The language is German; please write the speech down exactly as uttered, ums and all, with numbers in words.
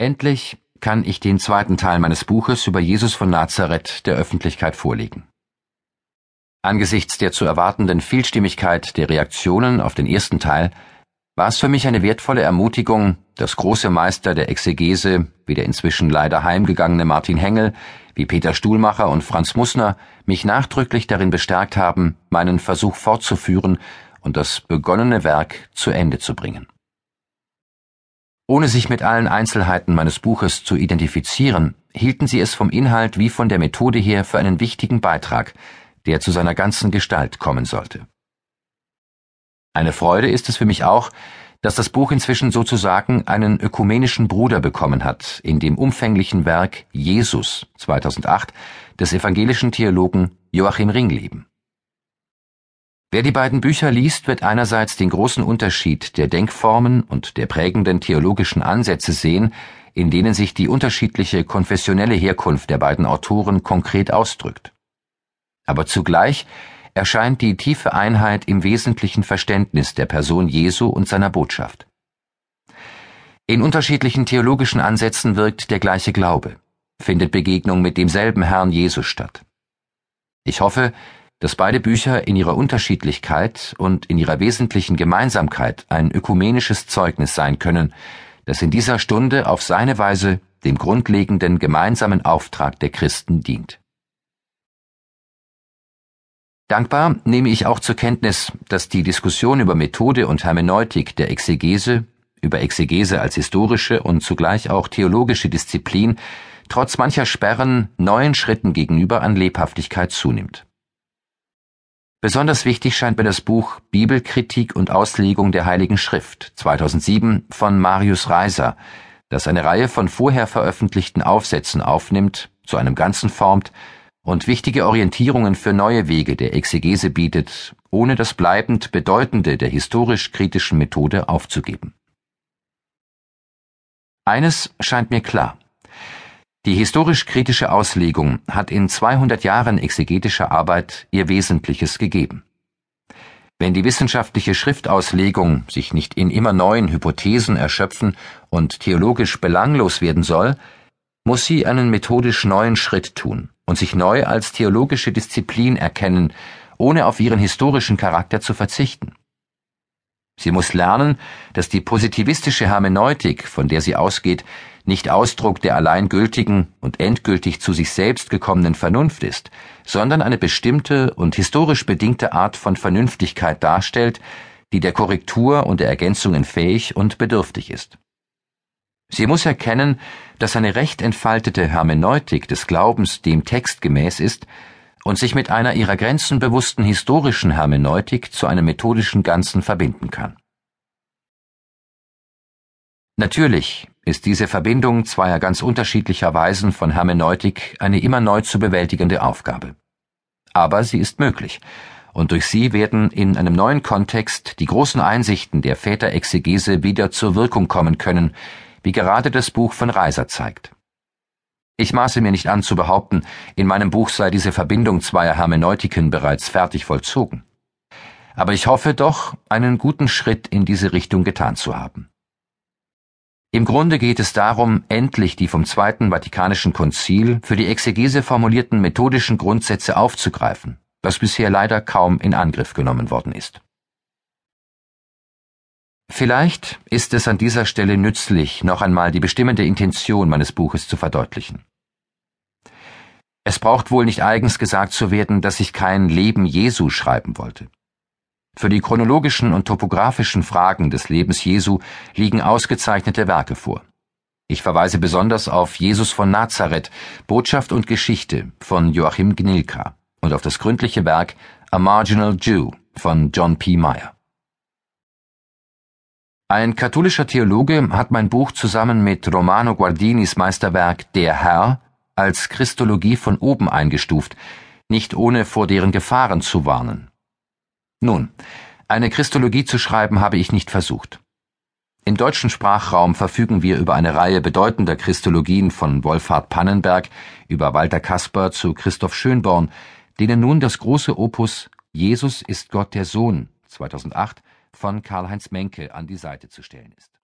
Endlich kann ich den zweiten Teil meines Buches über Jesus von Nazareth der Öffentlichkeit vorlegen. Angesichts der zu erwartenden Vielstimmigkeit der Reaktionen auf den ersten Teil war es für mich eine wertvolle Ermutigung, dass große Meister der Exegese, wie der inzwischen leider heimgegangene Martin Hengel, wie Peter Stuhlmacher und Franz Mussner, mich nachdrücklich darin bestärkt haben, meinen Versuch fortzuführen und das begonnene Werk zu Ende zu bringen. Ohne sich mit allen Einzelheiten meines Buches zu identifizieren, hielten sie es vom Inhalt wie von der Methode her für einen wichtigen Beitrag, der zu seiner ganzen Gestalt kommen sollte. Eine Freude ist es für mich auch, dass das Buch inzwischen sozusagen einen ökumenischen Bruder bekommen hat in dem umfänglichen Werk Jesus zweitausendacht des evangelischen Theologen Joachim Ringleben. Wer die beiden Bücher liest, wird einerseits den großen Unterschied der Denkformen und der prägenden theologischen Ansätze sehen, in denen sich die unterschiedliche konfessionelle Herkunft der beiden Autoren konkret ausdrückt. Aber zugleich erscheint die tiefe Einheit im wesentlichen Verständnis der Person Jesu und seiner Botschaft. In unterschiedlichen theologischen Ansätzen wirkt der gleiche Glaube, findet Begegnung mit demselben Herrn Jesus statt. Ich hoffe, dass beide Bücher in ihrer Unterschiedlichkeit und in ihrer wesentlichen Gemeinsamkeit ein ökumenisches Zeugnis sein können, das in dieser Stunde auf seine Weise dem grundlegenden gemeinsamen Auftrag der Christen dient. Dankbar nehme ich auch zur Kenntnis, dass die Diskussion über Methode und Hermeneutik der Exegese, über Exegese als historische und zugleich auch theologische Disziplin, trotz mancher Sperren neuen Schritten gegenüber an Lebhaftigkeit zunimmt. Besonders wichtig scheint mir das Buch Bibelkritik und Auslegung der Heiligen Schrift zweitausendsieben von Marius Reiser, das eine Reihe von vorher veröffentlichten Aufsätzen aufnimmt, zu einem Ganzen formt und wichtige Orientierungen für neue Wege der Exegese bietet, ohne das bleibend Bedeutende der historisch-kritischen Methode aufzugeben. Eines scheint mir klar. Die historisch-kritische Auslegung hat in zweihundert Jahren exegetischer Arbeit ihr Wesentliches gegeben. Wenn die wissenschaftliche Schriftauslegung sich nicht in immer neuen Hypothesen erschöpfen und theologisch belanglos werden soll, muss sie einen methodisch neuen Schritt tun und sich neu als theologische Disziplin erkennen, ohne auf ihren historischen Charakter zu verzichten. Sie muss lernen, dass die positivistische Hermeneutik, von der sie ausgeht, nicht Ausdruck der allein gültigen und endgültig zu sich selbst gekommenen Vernunft ist, sondern eine bestimmte und historisch bedingte Art von Vernünftigkeit darstellt, die der Korrektur und der Ergänzungen fähig und bedürftig ist. Sie muss erkennen, dass eine recht entfaltete Hermeneutik des Glaubens dem Text gemäß ist und sich mit einer ihrer Grenzen bewussten historischen Hermeneutik zu einem methodischen Ganzen verbinden kann. Natürlich ist diese Verbindung zweier ganz unterschiedlicher Weisen von Hermeneutik eine immer neu zu bewältigende Aufgabe. Aber sie ist möglich, und durch sie werden in einem neuen Kontext die großen Einsichten der Väterexegese wieder zur Wirkung kommen können, wie gerade das Buch von Reiser zeigt. Ich maße mir nicht an zu behaupten, in meinem Buch sei diese Verbindung zweier Hermeneutiken bereits fertig vollzogen. Aber ich hoffe doch, einen guten Schritt in diese Richtung getan zu haben. Im Grunde geht es darum, endlich die vom Zweiten Vatikanischen Konzil für die Exegese formulierten methodischen Grundsätze aufzugreifen, was bisher leider kaum in Angriff genommen worden ist. Vielleicht ist es an dieser Stelle nützlich, noch einmal die bestimmende Intention meines Buches zu verdeutlichen. Es braucht wohl nicht eigens gesagt zu werden, dass ich kein Leben Jesu schreiben wollte. Für die chronologischen und topografischen Fragen des Lebens Jesu liegen ausgezeichnete Werke vor. Ich verweise besonders auf Jesus von Nazareth, Botschaft und Geschichte von Joachim Gnilka und auf das gründliche Werk A Marginal Jew von John P. Meyer. Ein katholischer Theologe hat mein Buch zusammen mit Romano Guardinis Meisterwerk Der Herr als Christologie von oben eingestuft, nicht ohne vor deren Gefahren zu warnen. Nun, eine Christologie zu schreiben habe ich nicht versucht. Im deutschen Sprachraum verfügen wir über eine Reihe bedeutender Christologien von Wolfhart Pannenberg über Walter Kasper zu Christoph Schönborn, denen nun das große Opus Jesus ist Gott der Sohn zweitausendacht von Karl-Heinz Menke an die Seite zu stellen ist.